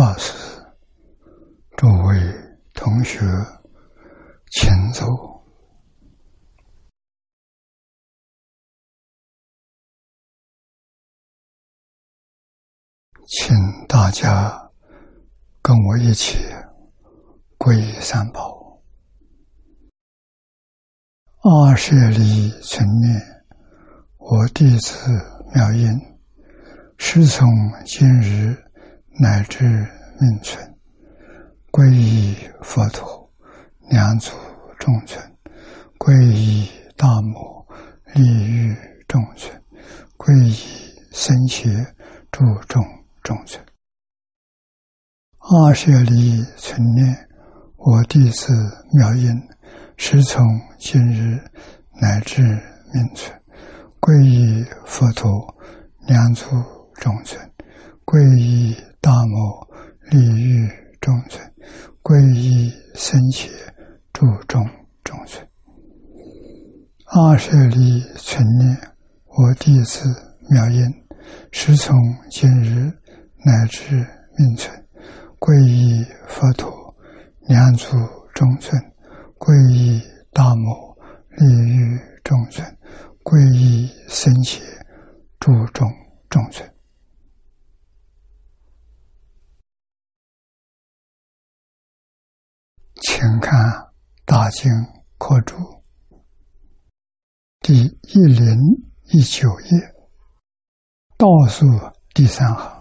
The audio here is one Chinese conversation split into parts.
大师、诸位同学，请坐。请大家跟我一起皈依三宝。二舍利存念，我弟子妙音，师从今日乃至命存，皈依佛陀，两足众存，皈依大摩，利欲众存，皈依僧伽，诸众存。二舍利存念，我弟子妙音，师从今日乃至命存，皈依佛陀，两足众存，皈依大摩，利欲众存，皈依僧伽，诸众存。二舍利存念，我弟子妙音，师从今日乃至命存，皈依佛陀，两足众存，皈依大摩，利欲众存，皈依僧伽，诸众存。请看大经课注第1019页，倒数第3行。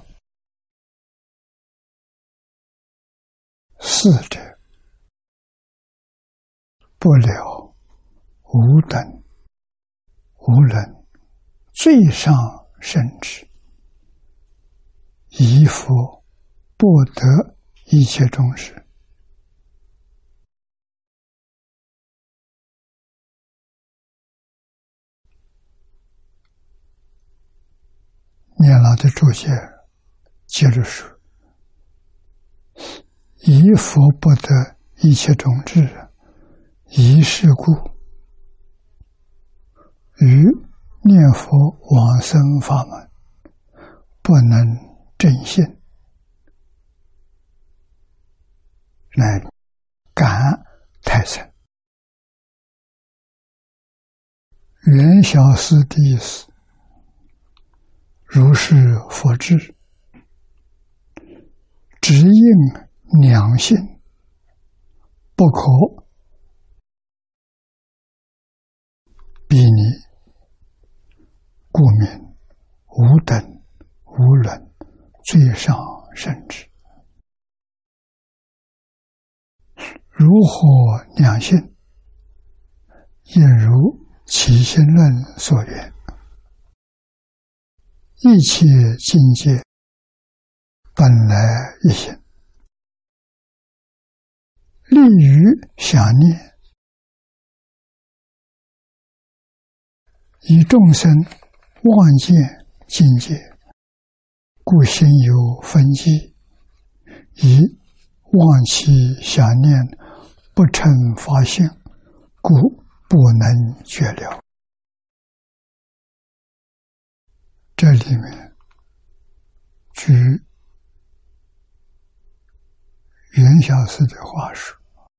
四者，不了无等无人，最上圣智，依佛不得一切众生。念老的注解接着说，依佛不得一切种智，依是故，于念佛往生法门不能正信，乃感太深。原小师的意思，如是佛智，只应两性，不可比拟，故名无等无人，最上圣智。如何两性？应如起心论所言，一切境界本来一心，利于想念，以众生望见境界，故心有分际，以忘其想念不成法性，故不能觉了。这里面据袁小师的话说，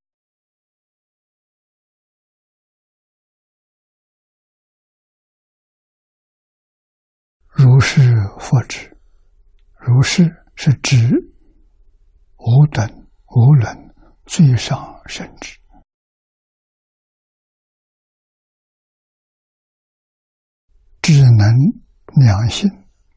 如是佛智，如是是指无等无人，最上圣智。只能两性，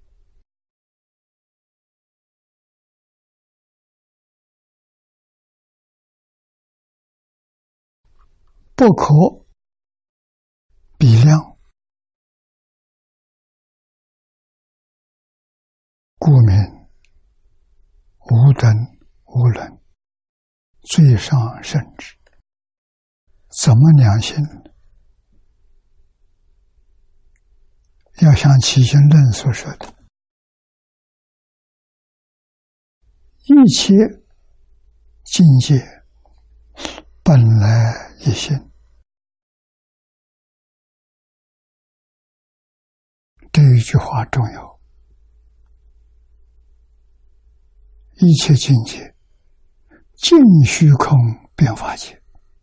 不可比量，故名无等无人，最上圣智。怎么两性？要像起心论所说的，一切境界本来一心，这一句话重要。 一切境界尽虚空变法界。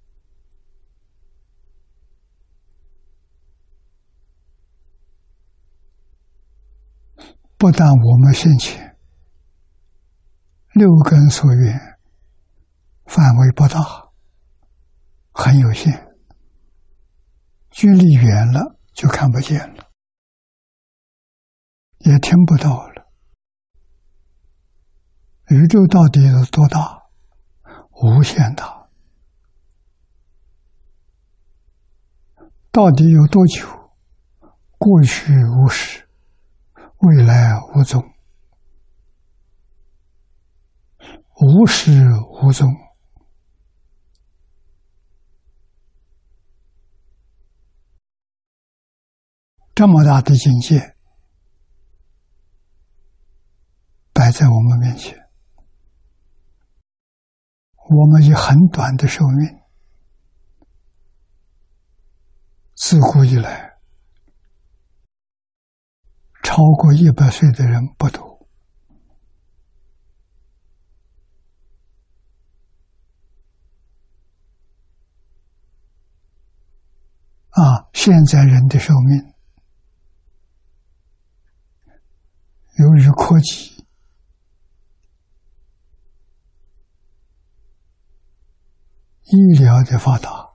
不但我们现前六根所缘范围不大，很有限，距离远了就看不见了，也听不到了。宇宙到底有多大？无限大。到底有多久？过去无始，未来无踪，无始无踪。这么大的境界摆在我们面前，我们以很短的寿命，自古以来超过100岁的人不多。现在人的寿命由于科技医疗的发达，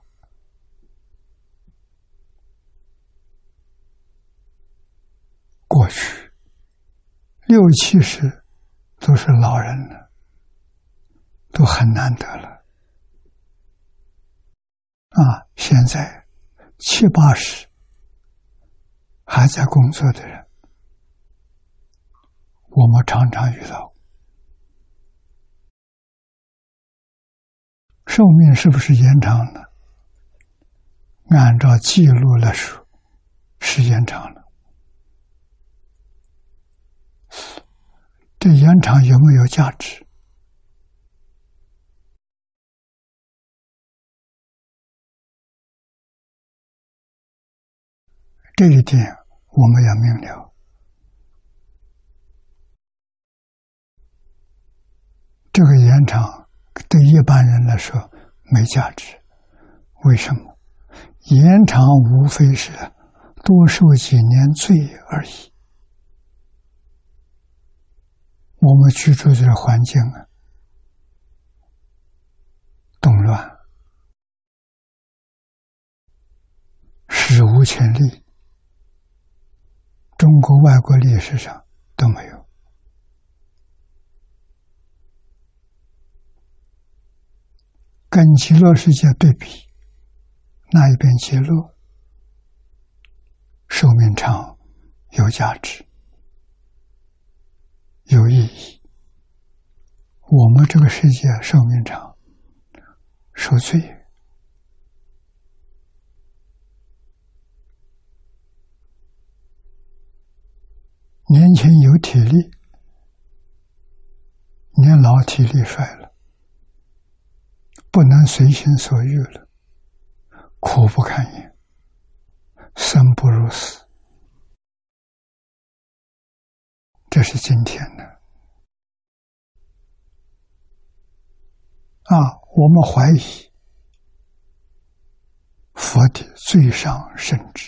过去60、70都是老人了，都很难得了。现在70、80还在工作的人，我们常常遇到。寿命是不是延长了？按照记录来说，是延长了。这延长有没有价值？这一点我们要明了。这个延长对一般人来说没价值。为什么？延长无非是多受几年罪而已。我们居住的环境动乱，史无前例，中国外国历史上都没有。跟极乐世界对比，那一边极乐寿命长，有价值，有意义。我们这个世界寿命长，受罪。年轻有体力，年老体力衰了，不能随心所欲了，苦不堪言，生不如死。这是今天的我们怀疑佛的最上圣旨，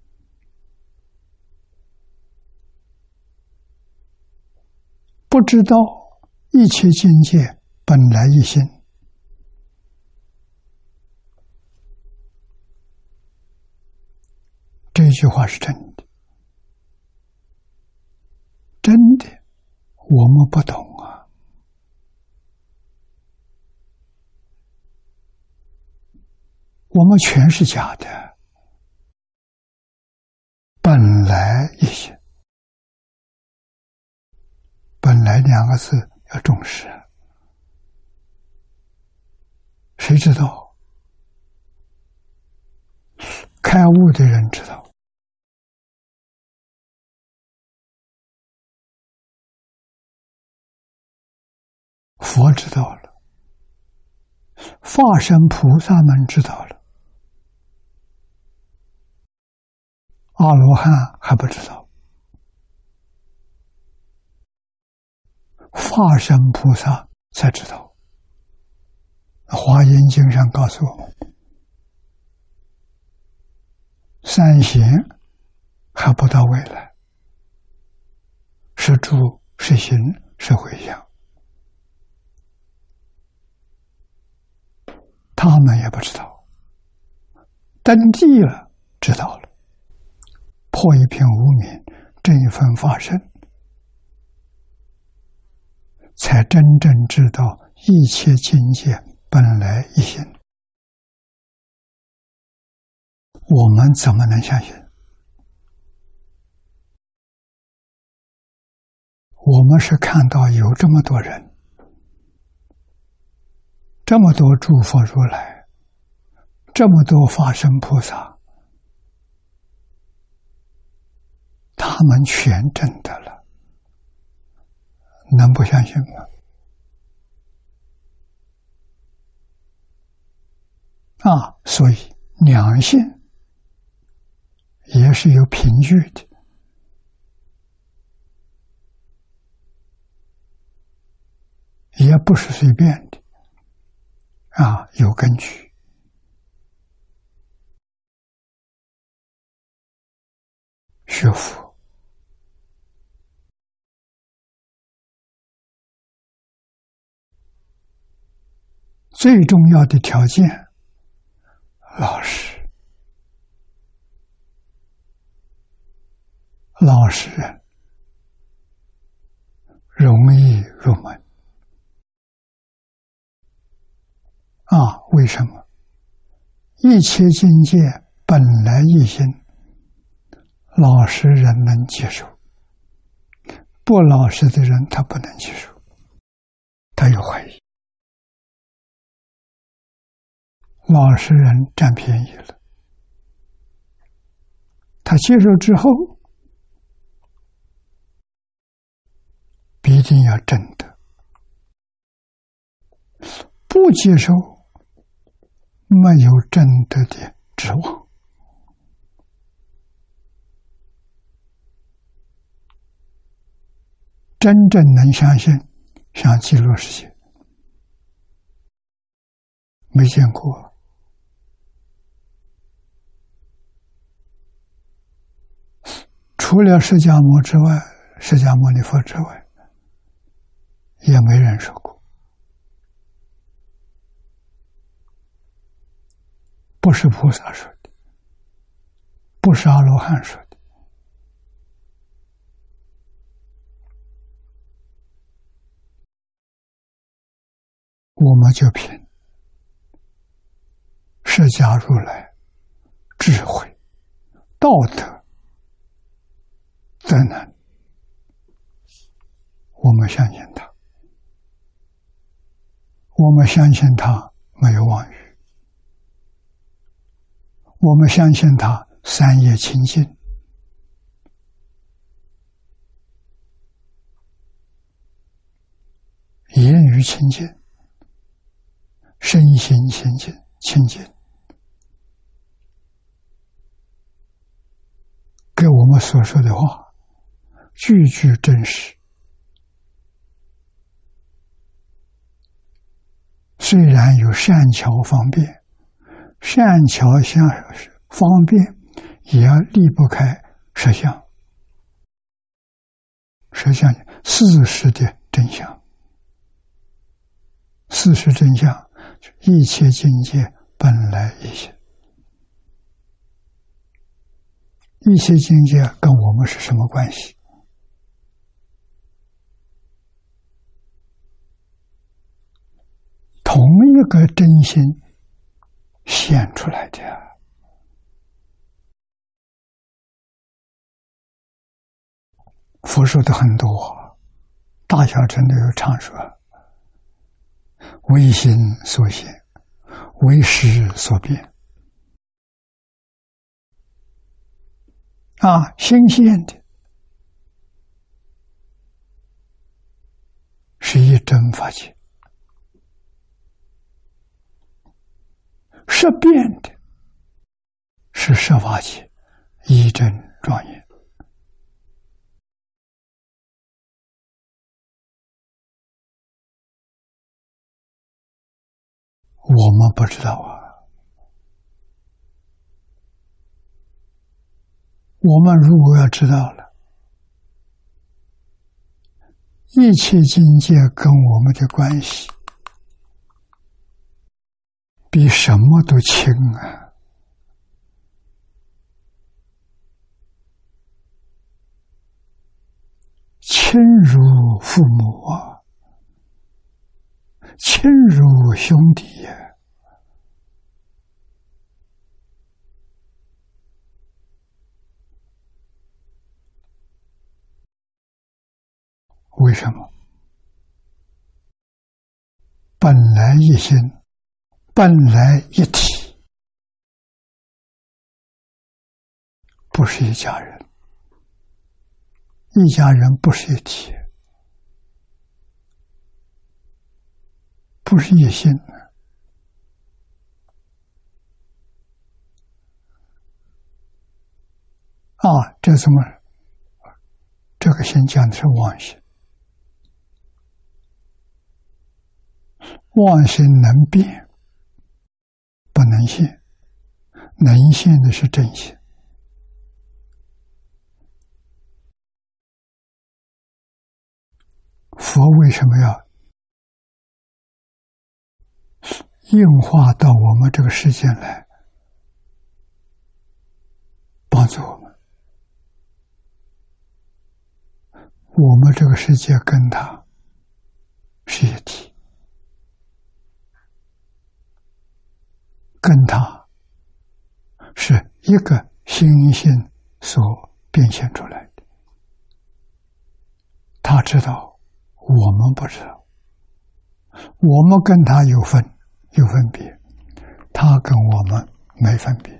不知道一切境界本来一心。这句话是真的，真的，我们不懂啊。我们全是假的，本来一心。本来2个字要重视，谁知道？开悟的人知道。佛知道了，化身菩萨们知道了，阿罗汉还不知道。化化身菩萨才知道。华严经上告诉我们，三贤还不到未来，是住，是行，是回向，他们也不知道，登地了知道了，破一片无明，这一份法身，才真正知道一切境界本来一心。我们怎么能相信？我们是看到有这么多人，这么多诸佛如来，这么多法身菩萨，他们全证得了，能不相信吗？所以两性也是有凭据的。也不是随便的，有根据。学佛最重要的条件，老实，老实人容易入门。为什么？一切境界本来一心，老实人能接受，不老实的人他不能接受，他有怀疑。老实人占便宜了，他接受之后，必定要真的，不接受，没有真的的指望。真正能相信，像极乐世界，没见过。除了释迦牟之外，释迦牟尼佛之外，也没人说过。不是菩萨说的，不是阿罗汉说的。我们就凭释迦如来智慧、道德、德能，我们相信他，我们相信他没有妄语，我们相信他三业清净，言语清净，身心清净，给我们所说的话句句真实。虽然有善巧方便，善巧相方便也要离不开实相，实相事实的真相。事实真相，一切境界本来一心。一切境界跟我们是什么关系？同一个真心显出来的。佛说的很多，大小乘都有常说，为心所现，为识所变。心现的是一真法界，识变的是十法界，一真庄严。 我们不知道啊。我们如果要知道了，一切境界跟我们的关系比什么都轻啊！亲如父母啊，亲如兄弟呀。为什么？本来一心，本来一体，不是一家人。一家人不是一体，不是一心。这怎么？这个心讲的是妄心。妄心能变，不能现，能现的是真心。佛为什么要应化到我们这个世间来，帮助我们？我们这个世界跟他是一体，跟他是一个心性所变现出来的。他知道，我们不知道。我们跟他有分别，他跟我们没分别。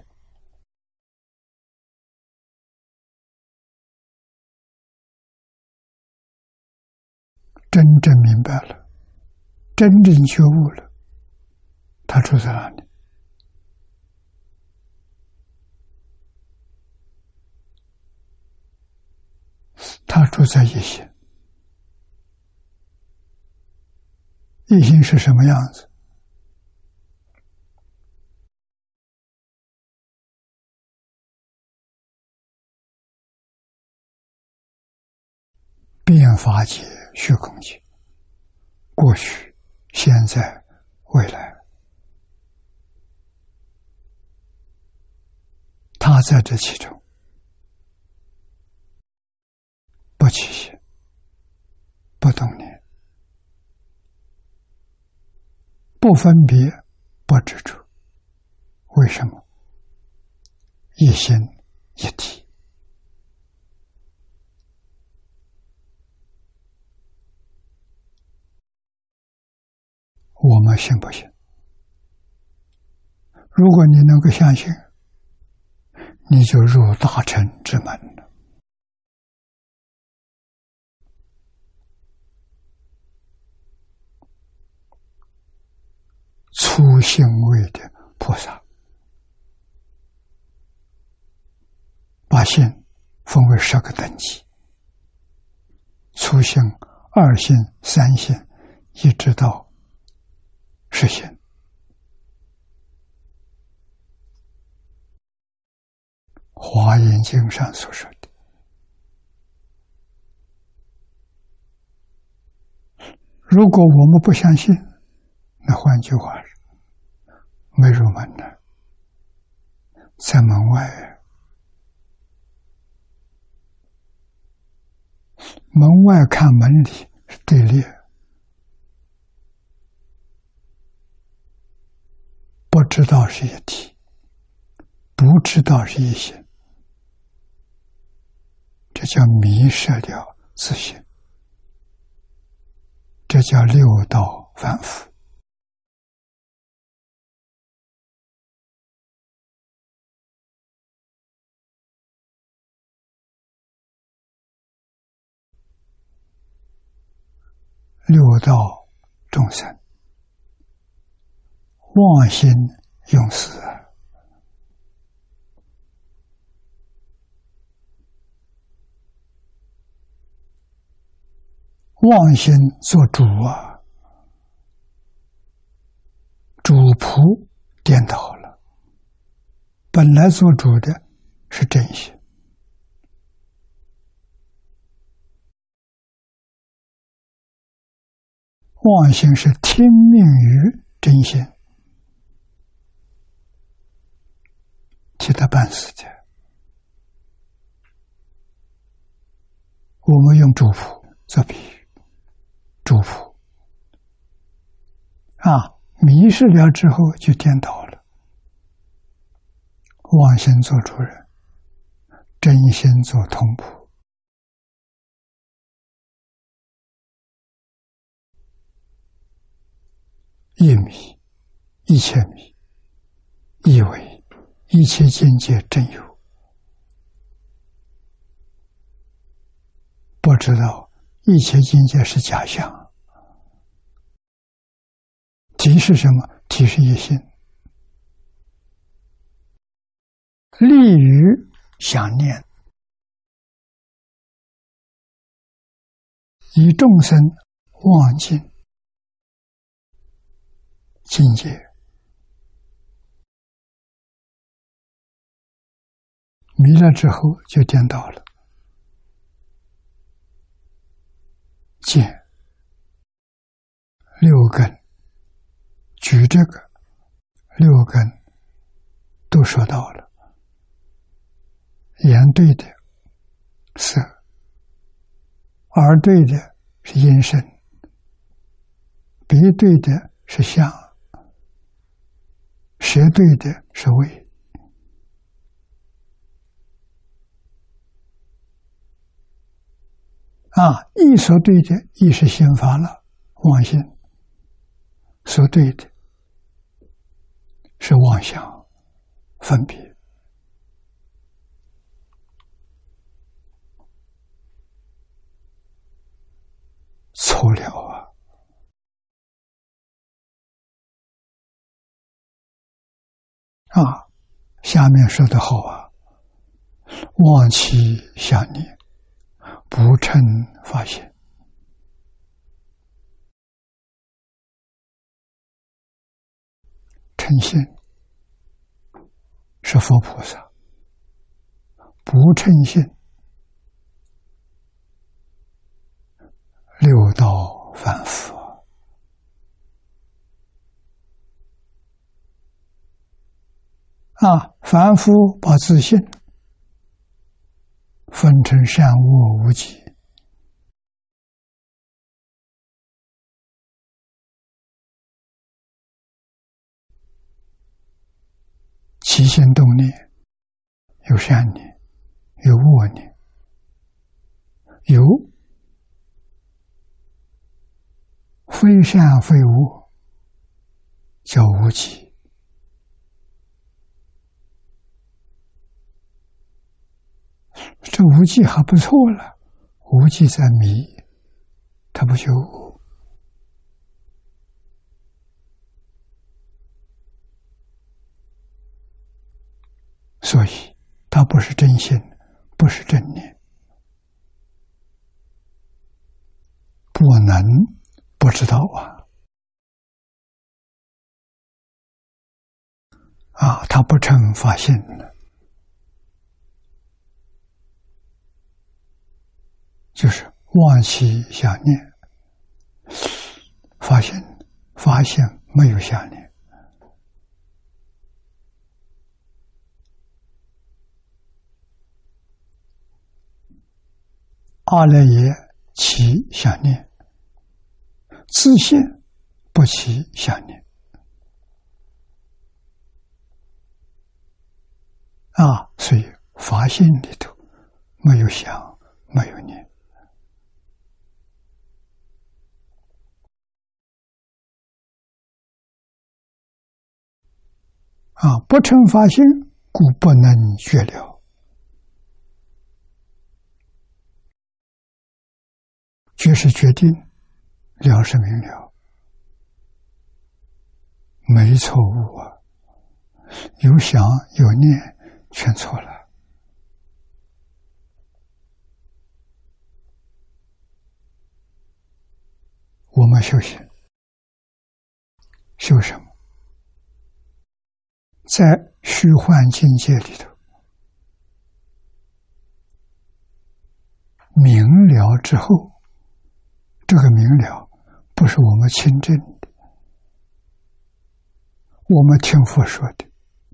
真正明白了，真正觉悟了，他住在哪里？他住在一心。一心是什么样子？变法界、虚空界，过去、现在、未来，他在这其中，不起心，不动念，不分别，不执着。为什么？一心一体。我们信不信？如果你能够相信，你就入大乘之门了。初信位的菩萨，把信分为10个等级，初信、二信、三信，一直到实行。华严经上所说的，如果我们不相信，那换句话是没入门呢，在门外。门外看门里是对立，不知道是一体，不知道是一心，这叫迷失了自性，这叫六道反复。六道众生妄心用事，妄心做主啊，主主仆颠倒了，本来做主的是真心，妄心是听命于真心，替他办事的。我们用主仆做比喻，主仆迷失了之后就颠倒了，妄心做主人，真心做通仆。一迷，一切迷，以为一切境界真有，不知道一切境界是假象。体是什么？体是一心，利于想念，以众生忘尽境界，迷了之后就颠倒了。见六根，举这个六根都说到了。眼对的色，耳对的是音声，鼻对的是香，舌对的是味。意所对的意是心法了，妄心；所对的是妄想分别。错了下面说得好妄起想念，不称发现。称心是佛菩萨，不称心六道凡夫。凡夫把自信分成善恶无记，起心动念，有善念，有恶念，有非善非恶，叫无记。这无记还不错了，无记在迷，他不修恶。所以他不是真心，不是正念，不能不知道他不称发现了，就是忘起想念，发现没有想念。阿赖耶起想念，自信不起想念。所以发现里头没有想，没有念。不称发现，故不能觉了。觉是决定，了是明了，没错误有想有念全错了。我们修行，修什么？ 在虚幻境界里头明了之后，这个明了不是我们亲证的，我们听佛说的，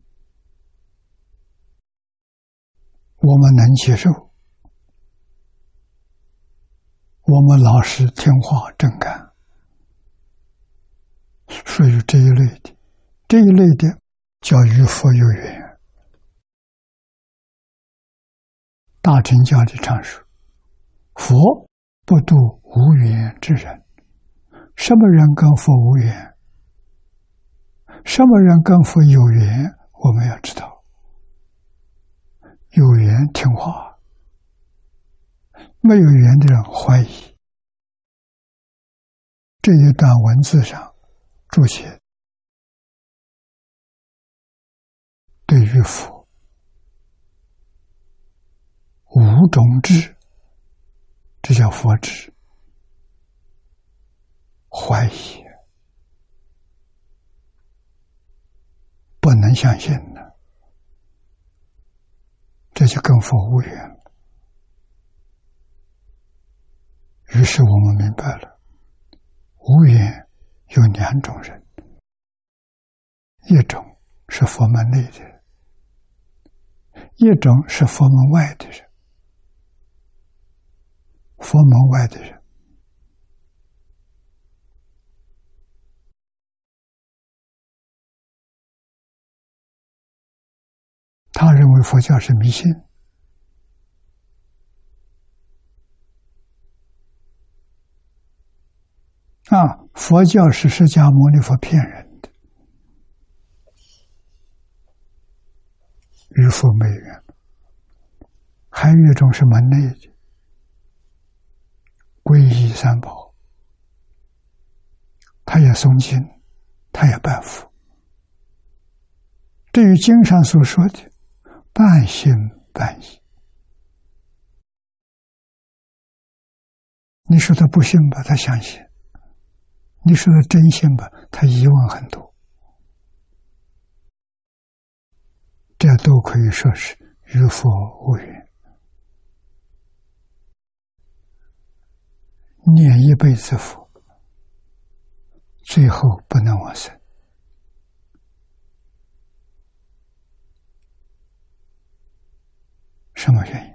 我们能接受，我们老实听话正干，属于这一类的。这一类的叫与佛有缘。大乘教的常说，佛不度无缘之人。什么人跟佛无缘？什么人跟佛有缘？我们要知道，有缘听话，没有缘的人怀疑。这一段文字上注解对于佛五种智，这叫佛智，怀疑，不能相信的，这就跟佛无缘。于是我们明白了，无缘有两种人，一种是佛门内的人，一种是佛门外的人。佛门外的人，他认为佛教是迷信，佛教是释迦牟尼佛骗人的，与佛没缘。还有一种是门内的，皈依三宝，他也诵经，他也拜佛。对于经上所说的半信半疑，你说他不信吧，他相信；你说他真信吧，他疑问很多。这都可以说是与佛无缘。念一辈子佛，最后不能往生。什么原因？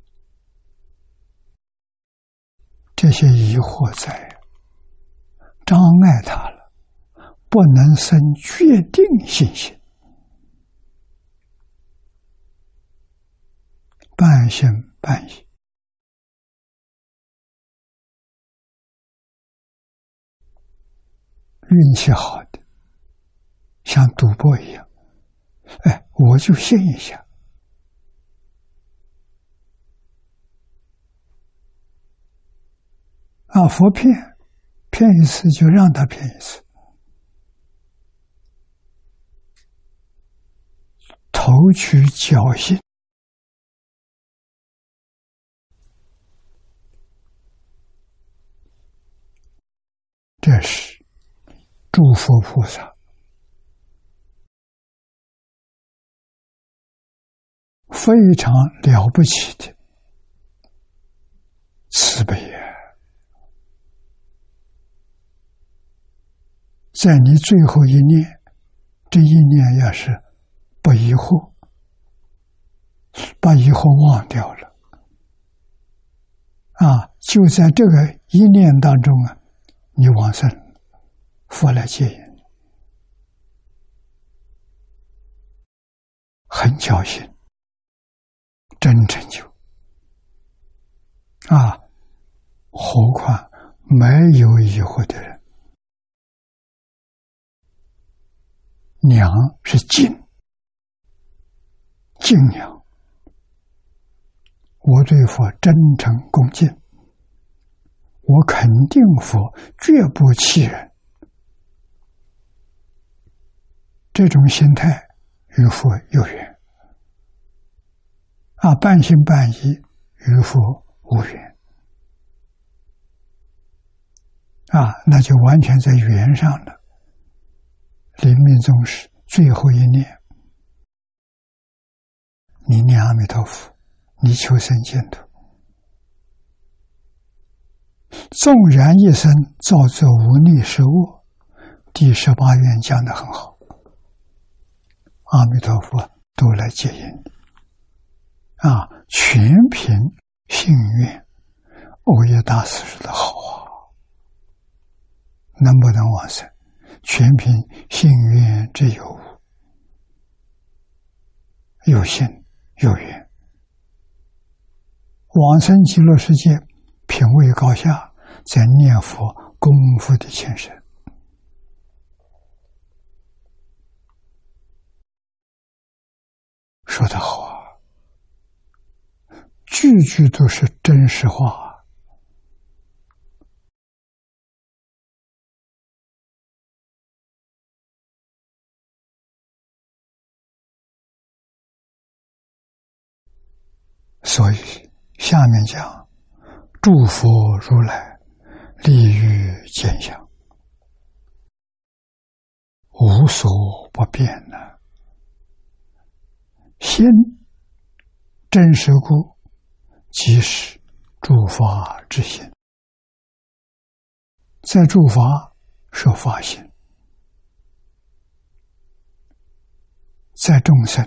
这些疑惑在障碍他了，不能生决定信心，半信半疑。运气好的，像赌博一样，我就信一下。佛骗一次就让他骗一次，投取侥幸，这是诸佛菩萨非常了不起的慈悲啊！在你最后一念，这一念要是不疑惑，把疑惑忘掉了，就在这个一念当中你往生，佛来接引，很侥幸，真成就何况没有疑惑的人，娘是敬仰，我对佛真诚恭敬，我肯定佛绝不欺人，这种心态与佛有缘半信半疑与佛无缘那就完全在缘上了。临命终时最后一念你念阿弥陀佛，你求生净土。纵然一生造作无利是恶，第18愿讲得很好，阿弥陀佛都来接引你啊！全凭信愿。欧耶大师说的好啊，能不能往生？全凭信愿之有无，有信有愿。往生极乐世界，品位高下，在念佛功夫的前身。说得好啊，句句都是真实话。所以下面讲，诸佛如来立于见相，无所不变呢。心真实故，即是诸法之心。在诸法说法心，在众生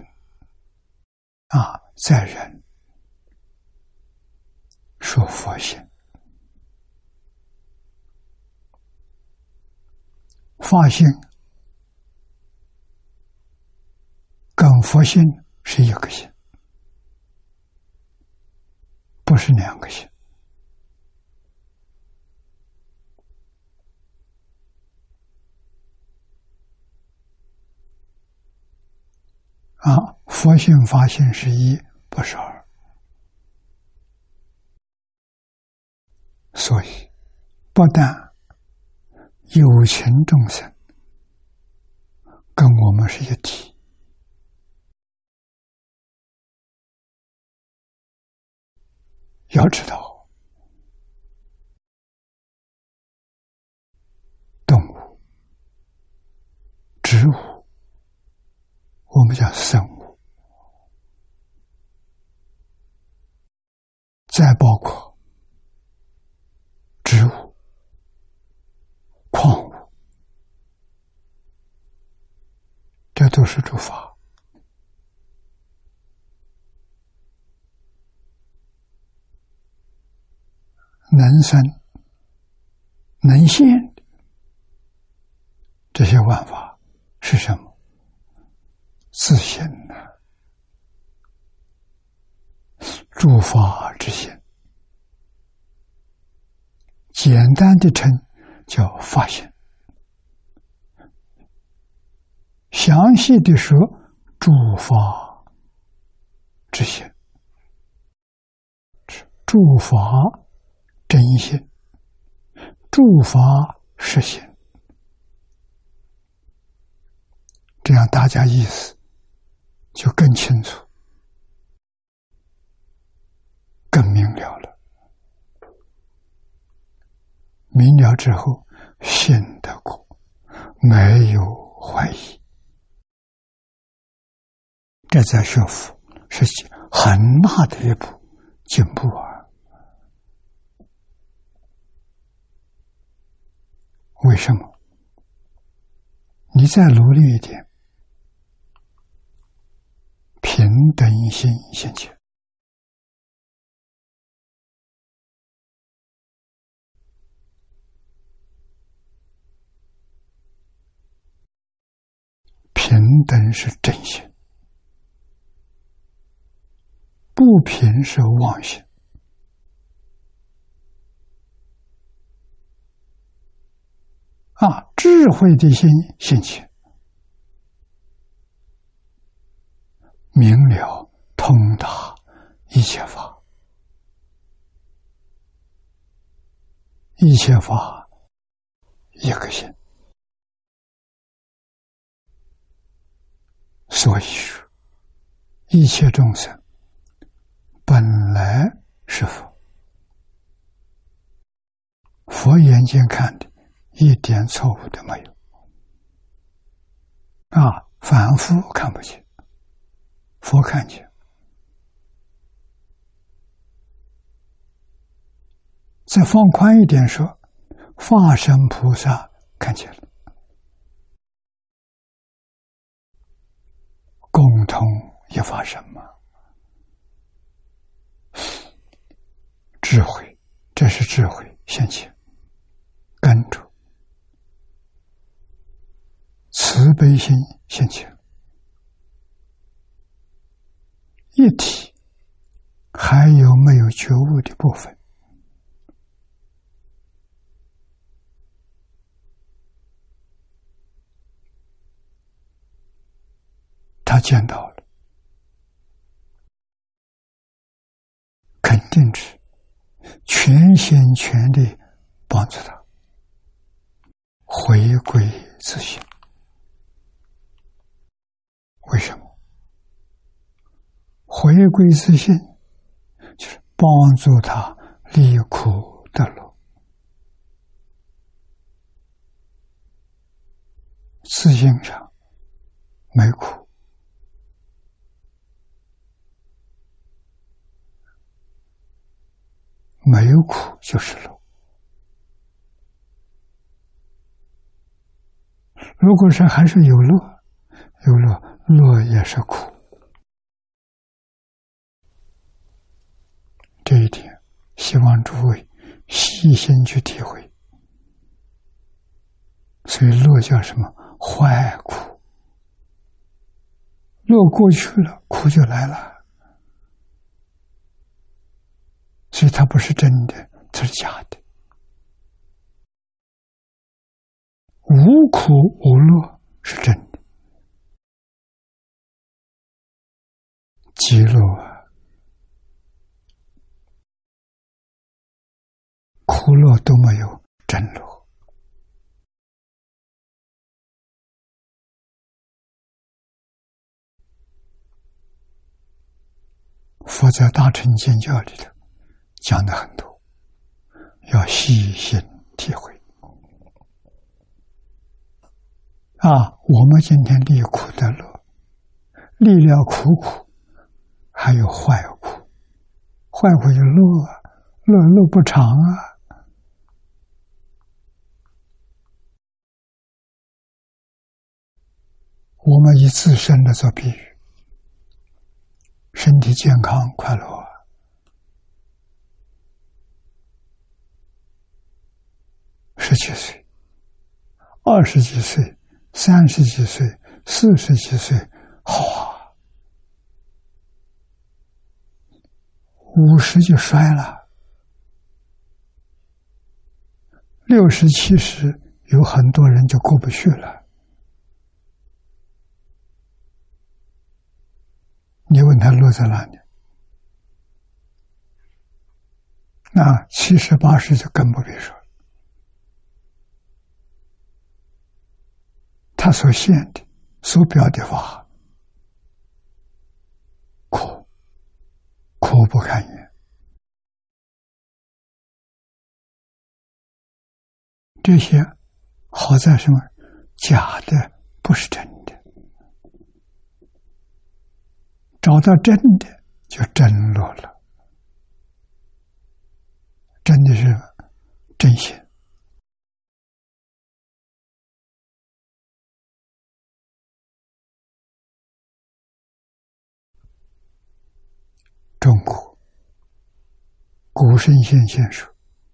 在人说佛心。法性跟佛性是一个心，不是两个心。佛性法性是一，不是二。所以不但有情众生跟我们是一体，要知道动物、植物，我们叫生物，再包括植物、矿物，这都是诸法。能生能现这些万法是什么？自性呢？诸法之性，简单的称叫法性，详细的说诸法之性，诸法真性，诸法实性，这样大家意思就更清楚，更明了了。明了之后，信得过，没有怀疑。这在学佛是很大的一步进步啊！为什么？你再努力一点，平等心现前。平等是真心，不平是妄心。智慧的心现前，明了通达一切法，一切法一个心。所以说，一切众生本来是佛，佛眼睛看的一点错误都没有凡夫看不见，佛看见， 再放宽一点说，化身菩萨看见了，共同一法身嘛，智慧，这是智慧现前，跟着慈悲心现前，一体还有没有觉悟的部分？他见到了，肯定是全心全力帮助他回归自信。为什么？回归自信就是帮助他离苦得乐。自信上没苦，没有苦就是乐。如果是还是有乐，有乐，乐也是苦。这一点，希望诸位细心去体会。所以乐叫什么？坏苦。乐过去了，苦就来了。所以它不是真的，它是假的。无苦无乐是真的。极乐啊，苦乐都没有真乐。佛在大乘经教里头讲的很多，要细心体会。我们今天离苦得乐，离了苦，还有坏苦，坏苦就乐啊，乐不长啊。我们以自身的做比喻，身体健康快乐啊，十几岁、20几岁、30几岁、40几岁，好啊，50就衰了，60、70有很多人就过不去了。你问他乐在哪里？那70、80就更不必说了。他所现的、所表的法，苦不堪言。这些好在什么？假的不是真的。找到真的，就真乐了，真的是真心。中国古圣先贤说，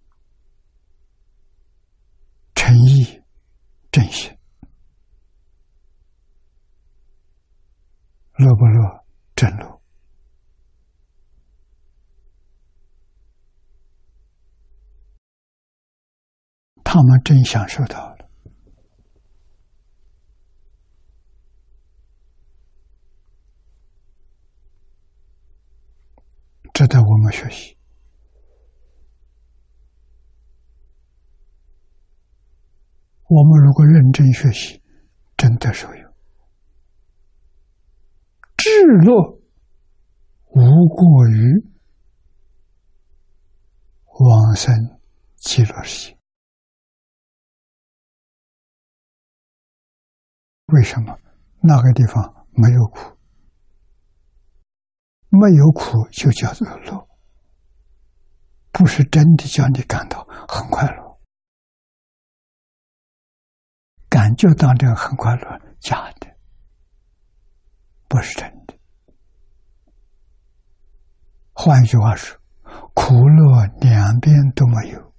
诚意真心，乐不乐？真乐。他们真享受到了。值得我们学习。我们如果认真学习，真的受用。至乐无过于往生极乐世界。为什么？那个地方没有苦，没有苦就叫做乐。 不是真的叫你感到很快乐，感觉到这个很快乐，假的，不是真的。换句话说，苦乐两边都没有，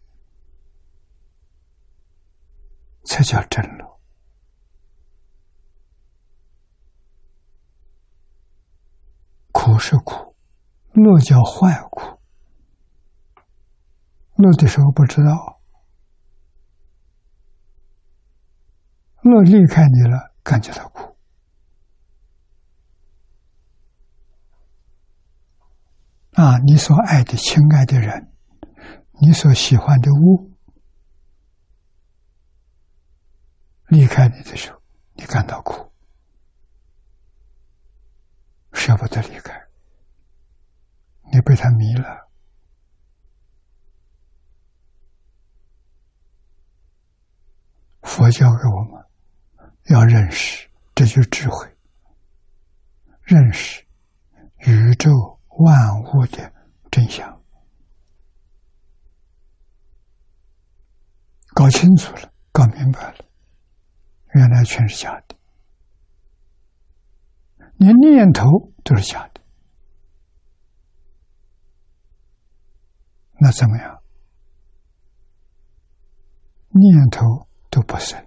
才叫真乐。苦是苦，乐叫坏苦。乐的时候不知道，乐离开你了，感觉到苦。你所爱的、亲爱的人，你所喜欢的物，离开你的时候，你感到苦，舍不得离开，你被他迷了。佛教给我们要认识，这就是智慧，认识宇宙万物的真相，搞清楚了，搞明白了，原来全是假的，连念头都是假的，那怎么样？念头都不生，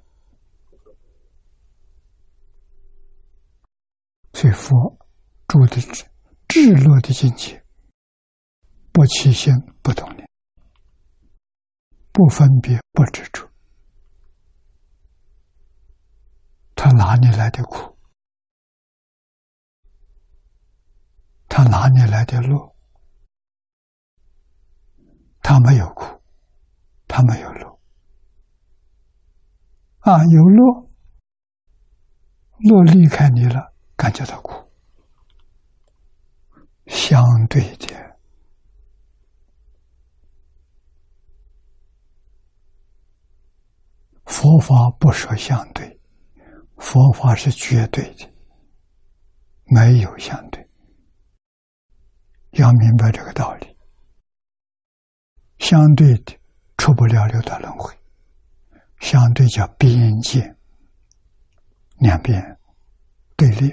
所以佛住的至乐的境界，不起心不动念，不分别不执着，他哪里来的苦？他哪里来的乐？他没有苦，他没有乐。有乐，乐离开你了，感觉到苦。相对的，佛法不说相对，佛法是绝对的，没有相对。要明白这个道理，相对的出不了六道轮回，相对叫边界，两边对立。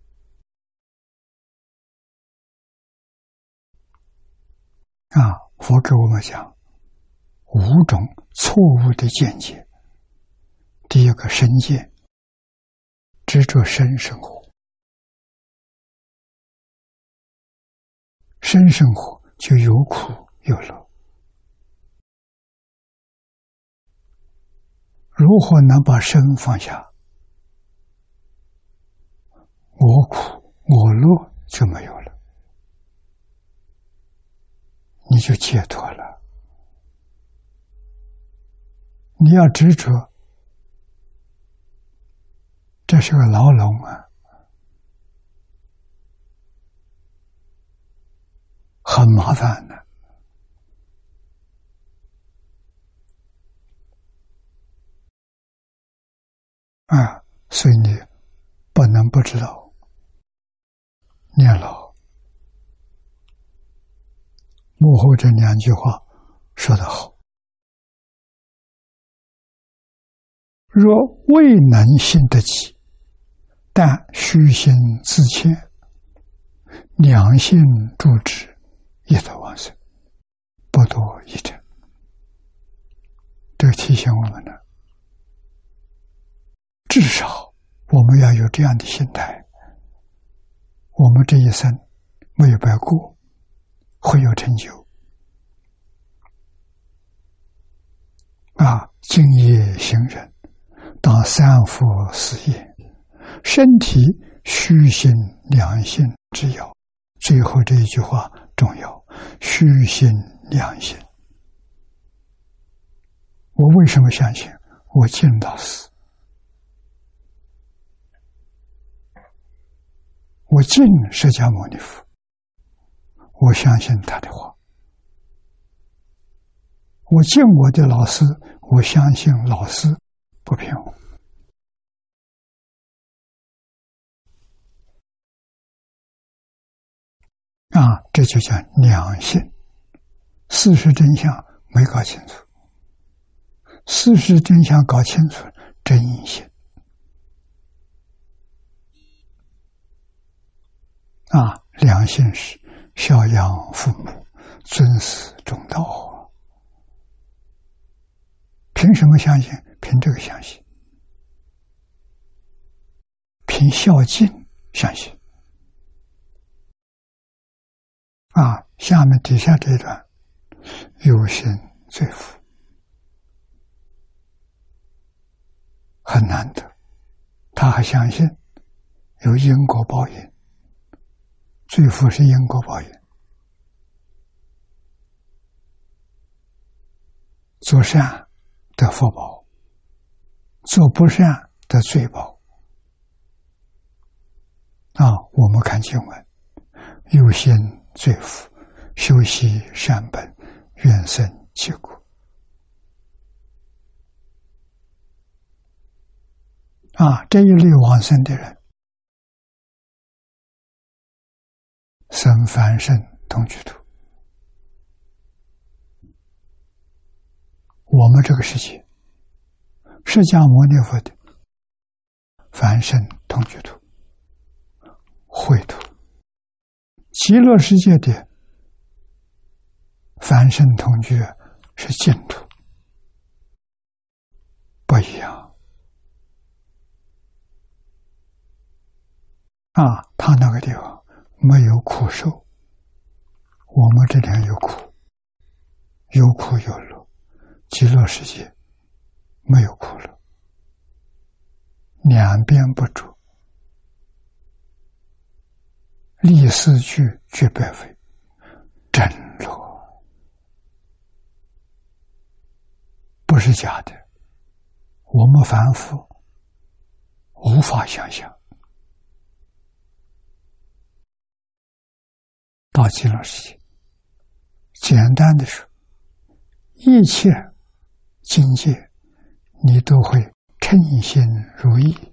佛给我们讲5种错误的见解。第一个身见，执着身生活，身生活就有苦有乐，如何能把身放下？我苦我乐就没有了，你就解脱了。你要执着，这是个牢笼很麻烦的。所以你不能不知道，念老幕后这2句话说得好：若未能信得起，但虚心自谦，良性助之，亦得往生，不多一成。这个提醒我们呢，至少我们要有这样的心态，我们这一生没有白过，会有成就。敬业行人，当3福4业，身体虚心良心之要。最后这一句话重要，虚心良心。我为什么相信？我敬老师，我敬释迦牟尼佛，我相信他的话。我敬我的老师，我相信老师不骗我。这就叫良心。 事实真相没搞清楚，事实真相搞清楚，真心良心是孝养父母，尊师重道。凭什么相信？凭这个相信，凭孝敬相信。下面底下这一段，有心罪福，很难得。他还相信有因果报应，罪福是因果报应，做善得福报，做不善得罪报。我们看经文，有心罪福，修习善本，愿生其果。这一类往生的人，生凡圣同居土。我们这个世界，释迦牟尼佛的凡圣同居土、秽土，极乐世界的凡圣同居是净土，不一样。他那个地方没有苦受，我们这里有苦，有苦有乐。极乐世界没有苦乐，两边不住，历四句俱白费，真乐，不是假的，我们凡夫无法想象。到极乐世界，简单的说，一切境界你都会称心如意。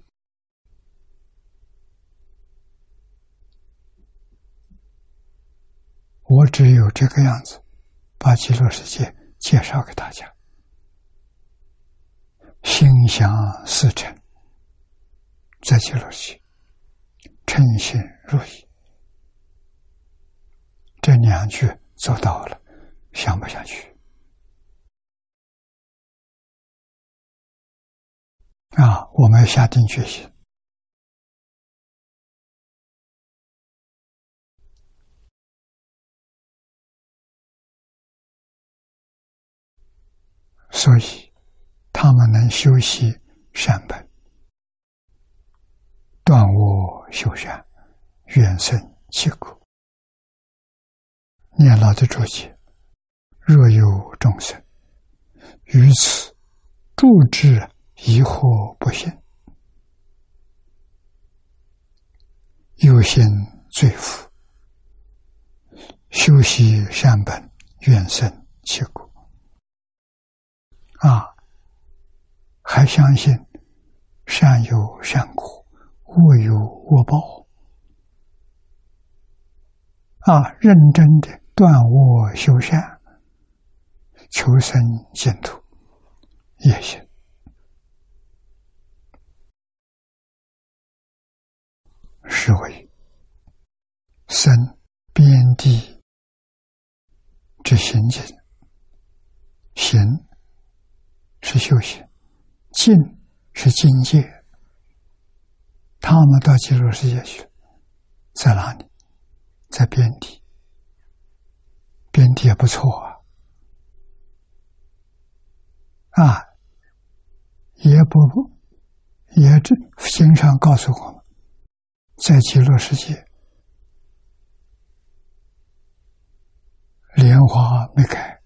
我只有这个样子把极乐世界介绍给大家，心想事成，在极乐世界称心如意，这两句做到了，想不想去？我们要下定决心。所以他们能修习善本，断恶修善，愿生其果。念老的注解：若有众生于此住之疑惑不信，有心罪福，修习善本，愿生其果。还相信善有善果，恶有恶报。认真的断恶修善，求生净土，也行。是为生边地之行境，行是修行，境是境界。他们到极乐世界去，在哪里？在边地。边地也不错也这经常告诉我们，在极乐世界莲花没开，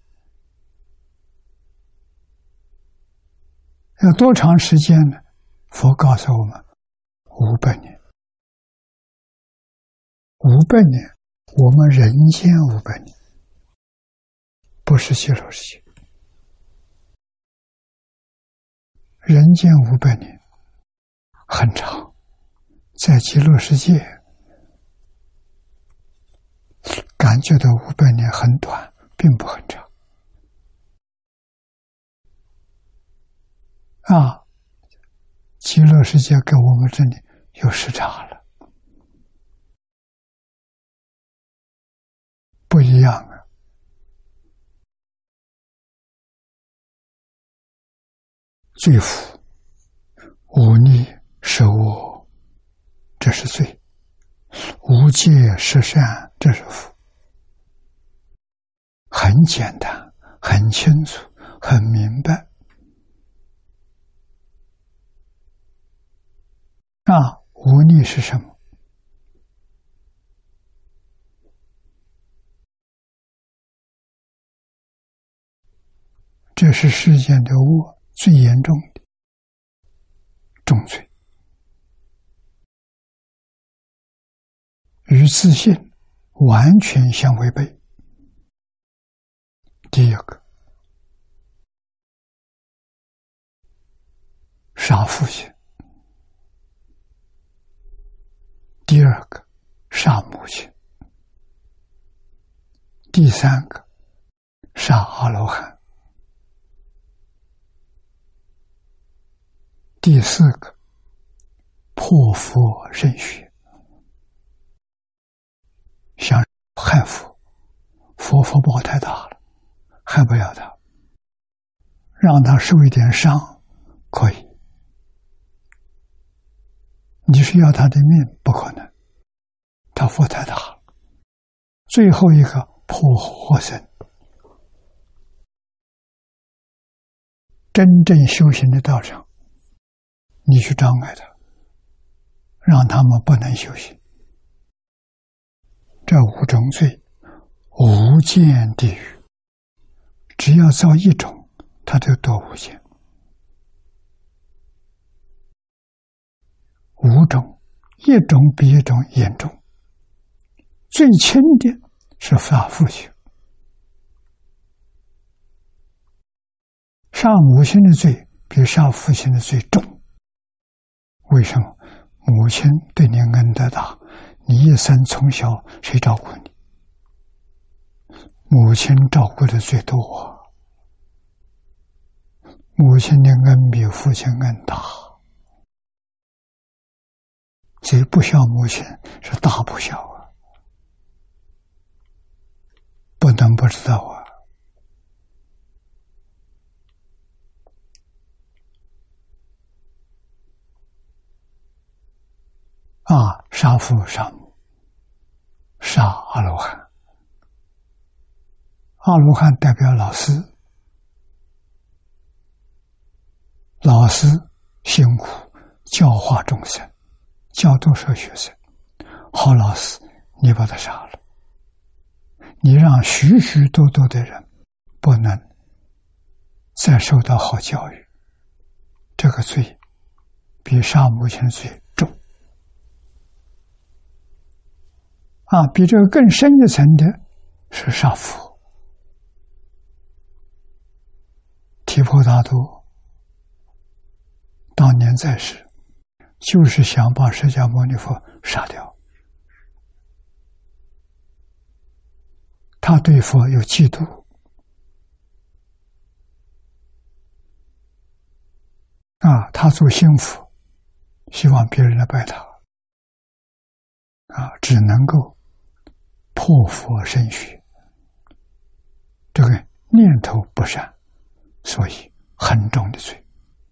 要多长时间呢？佛告诉我们500年。500年，我们人间500年，不是极乐世界。人间500年很长，在极乐世界感觉到500年很短，并不很长。 啊，极乐世界跟我们这里有时差了，不一样啊。罪福无逆是恶，这是罪；无戒是善，这是福。很简单，很清楚，很明白。无逆是什么？这是世间的恶最严重的重罪，与自信完全相违背。第一个，杀父亲；第二个，杀母亲；第三个，杀阿罗汉；第四个，破佛身血，想害佛，佛报太大了，害不了他，让他受一点伤可以，你是要他的命不可能，他佛太大了。最后一个破活身，真正修行的道场，你去障碍他，让他们不能修行。这五种罪无间地狱，只要造一种，他就堕无间。五种，一种比一种严重。最轻的是杀父亲，杀母亲的罪比杀父亲的罪重。为什么？母亲对你恩德大，你一生从小谁照顾你？母亲照顾的最多，母亲的恩比父亲恩大，所以不孝母亲是大不孝啊，不能不知道啊！杀父杀母，杀阿罗汉。阿罗汉代表老师，老师辛苦教化众生，教多少学生？好老师，你把他杀了，你让许许多多的人不能再受到好教育，这个罪比杀母亲的罪重比这个更深一层的是杀父。提婆达多当年在世，就是想把释迦牟尼佛杀掉。他对佛有嫉妒他做心腹，希望别人来拜他只能够破佛身血，这个念头不善，所以很重的罪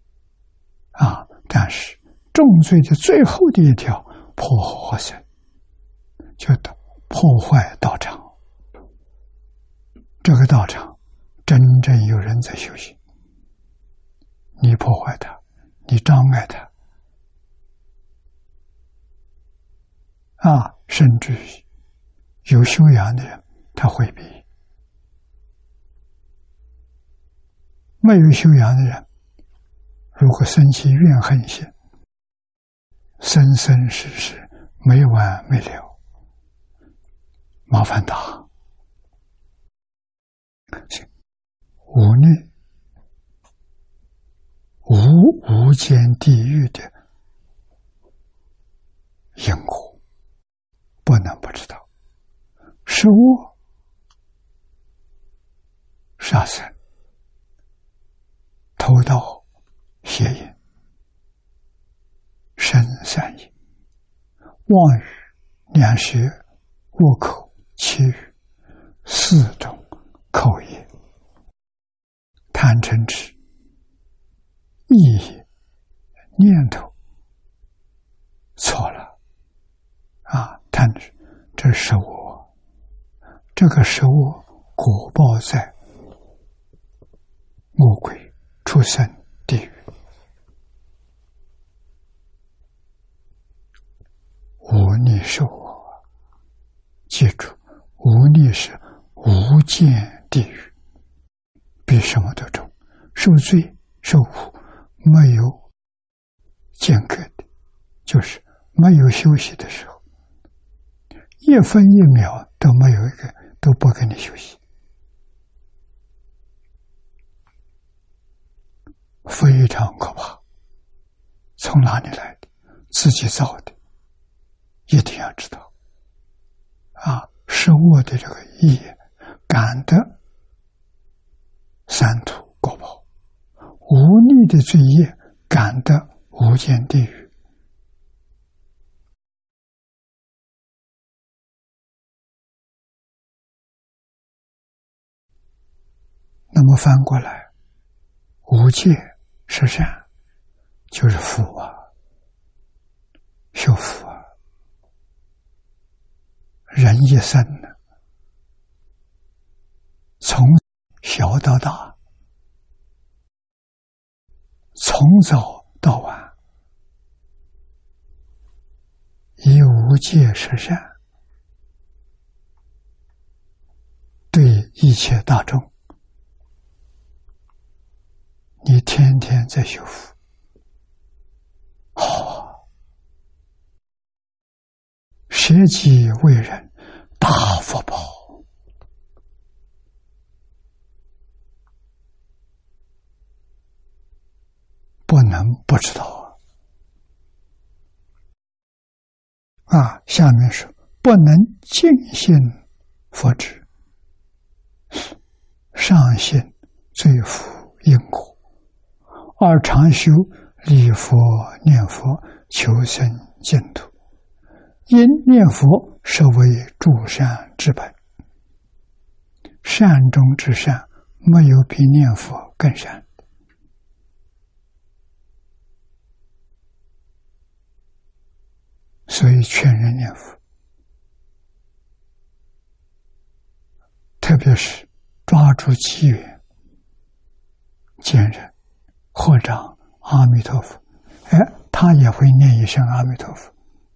但是重罪的最后的一条破活身，就破坏道场。这个道场真正有人在修行，你破坏它，你障碍它甚至于有修养的人他回避，没有修养的人如果生起怨恨心，生生世世没完没了，麻烦大。无逆无间地狱的因果不能不知道，是恶杀生、偷盗、 邪淫、身三淫、妄语、两舌、恶口、绮语，四种口业。贪嗔痴、意业、念头错了啊！贪嗔，这是我，这个是我果报在魔鬼、畜生、地狱。无逆是我，记住，无逆是无间地狱。比什么都重，受罪受苦没有间隔的，就是没有休息的时候，一分一秒都没有一个都不给你休息，非常可怕。从哪里来的？自己造的，一定要知道啊！是我的这个业感的三途果报，无逆的罪业感得无间地狱。那么翻过来，无戒是善，就是福啊，修福啊。人一生呢，从小到大，从早到晚，以无戒是善，对一切大众，你天天在修福，好啊！舍己为人，大福报。不能不知道啊！下面是不能尽信佛旨，上信罪福因果，而常修礼佛念佛，求生净土。因念佛是为诸善之本，善中之善，没有比念佛更善。所以劝人念佛，特别是抓住机缘见人合掌阿弥陀佛，他也会念一声阿弥陀佛，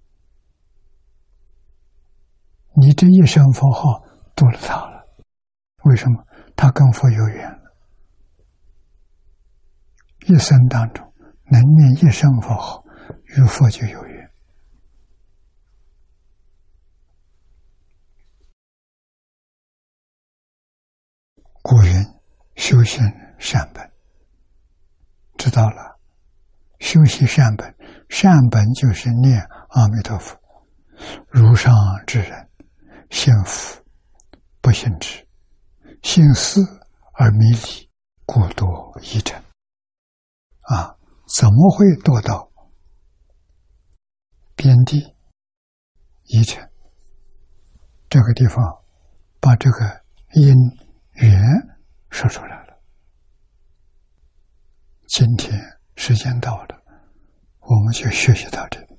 你这一声佛号度了他了。为什么？他跟佛有缘了，一生当中能念一声佛号，与佛就有缘。古人修行善本，知道了，修习善本，善本就是念阿弥陀佛。如上之人，信佛不信之，信思而迷离，故堕一尘。啊，怎么会堕到边地一尘这个地方？把这个因缘说出来了。今天时间到了，我们就学习到这里。